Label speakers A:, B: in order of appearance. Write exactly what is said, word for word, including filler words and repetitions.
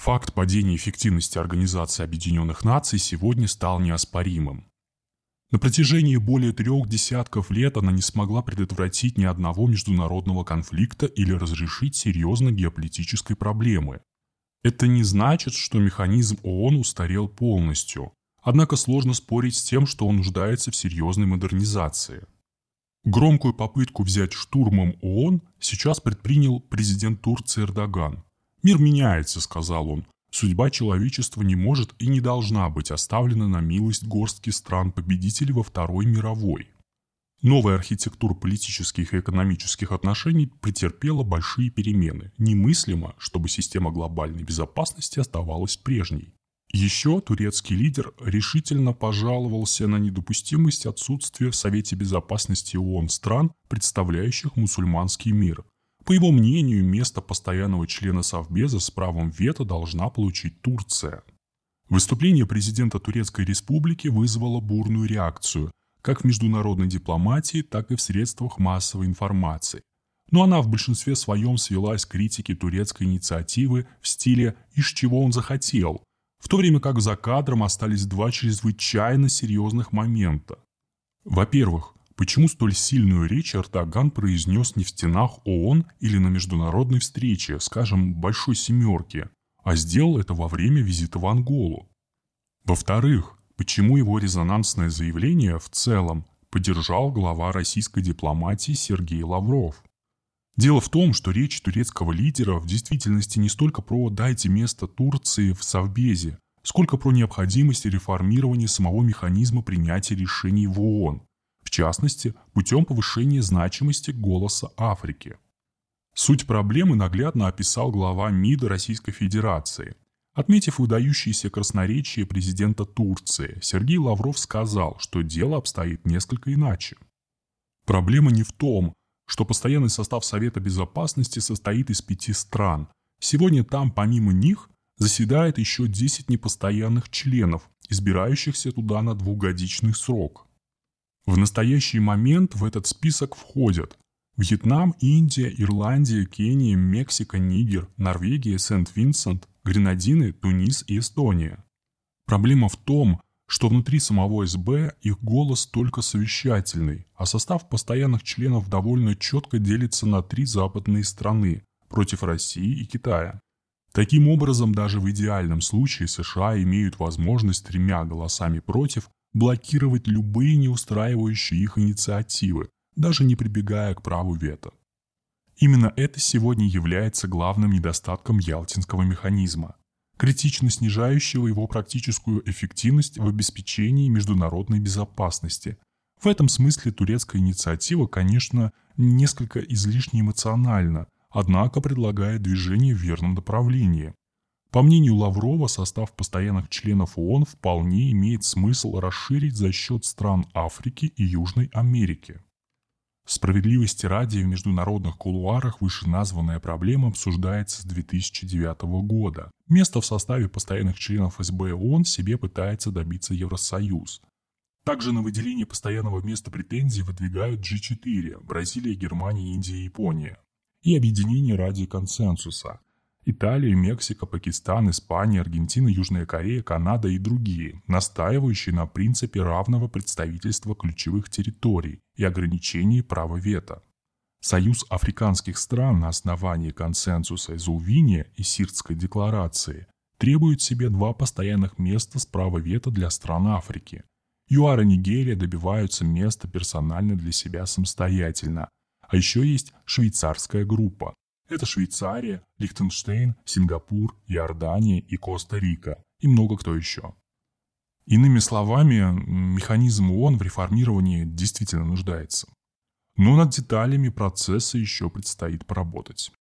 A: Факт падения эффективности Организации Объединенных Наций сегодня стал неоспоримым. На протяжении более трех десятков лет она не смогла предотвратить ни одного международного конфликта или разрешить серьезной геополитической проблемы. Это не значит, что механизм ООН устарел полностью, однако сложно спорить с тем, что он нуждается в серьезной модернизации. Громкую попытку взять штурмом ООН сейчас предпринял президент Турции Эрдоган. «Мир меняется», — сказал он. «Судьба человечества не может и не должна быть оставлена на милость горстки стран-победителей во Второй мировой». Новая архитектура политических и экономических отношений претерпела большие перемены. Немыслимо, чтобы система глобальной безопасности оставалась прежней. Еще турецкий лидер решительно пожаловался на недопустимость отсутствия в Совете Безопасности ООН стран, представляющих мусульманский мир. По его мнению, место постоянного члена Совбеза с правом вето должна получить Турция. Выступление президента Турецкой Республики вызвало бурную реакцию, как в международной дипломатии, так и в средствах массовой информации. Но она в большинстве своем свелась к критике турецкой инициативы в стиле «из чего он захотел», в то время как за кадром остались два чрезвычайно серьезных момента. Во-первых, почему столь сильную речь Эрдоган произнес не в стенах ООН или на международной встрече, скажем, Большой Семерки, а сделал это во время визита в Анголу? Во-вторых, почему его резонансное заявление в целом поддержал глава российской дипломатии Сергей Лавров? Дело в том, что речь турецкого лидера в действительности не столько про «дайте место Турции в Совбезе», сколько про необходимость реформирования самого механизма принятия решений в ООН, в частности, путем повышения значимости голоса Африки. Суть проблемы наглядно описал глава МИДа Российской Федерации. Отметив выдающееся красноречие президента Турции, Сергей Лавров сказал, что дело обстоит несколько иначе. Проблема не в том, что постоянный состав Совета Безопасности состоит из пяти стран. Сегодня там, помимо них, заседает еще десять непостоянных членов, избирающихся туда на двухгодичный срок. В настоящий момент в этот список входят Вьетнам, Индия, Ирландия, Кения, Мексика, Нигер, Норвегия, Сент-Винсент, Гренадины, Тунис и Эстония. Проблема в том, что внутри самого СБ их голос только совещательный, а состав постоянных членов довольно четко делится на три западные страны против России и Китая. Таким образом, даже в идеальном случае США имеют возможность тремя голосами против блокировать любые неустраивающие их инициативы, даже не прибегая к праву вето. Именно это сегодня является главным недостатком ялтинского механизма, критично снижающего его практическую эффективность в обеспечении международной безопасности. В этом смысле турецкая инициатива, конечно, несколько излишне эмоциональна, однако предлагает движение в верном направлении. По мнению Лаврова, состав постоянных членов ООН вполне имеет смысл расширить за счет стран Африки и Южной Америки. Справедливости ради, в международных кулуарах вышеназванная проблема обсуждается с две тысячи девятого года. Место в составе постоянных членов СБ ООН себе пытается добиться Евросоюз. Также на выделение постоянного места претензий выдвигают джи четыре – Бразилия, Германия, Индия и Япония. И объединение ради консенсуса – Италия, Мексика, Пакистан, Испания, Аргентина, Южная Корея, Канада и другие, настаивающие на принципе равного представительства ключевых территорий и ограничении права вето. Союз африканских стран на основании консенсуса из Увиния и Сиртской декларации требует себе два постоянных места с права вето для стран Африки. ЮАР и Нигерия добиваются места персонально для себя самостоятельно, а еще есть швейцарская группа. Это Швейцария, Лихтенштейн, Сингапур, Иордания и Коста-Рика, и много кто еще. Иными словами, механизм ООН в реформировании действительно нуждается. Но над деталями процесса еще предстоит поработать.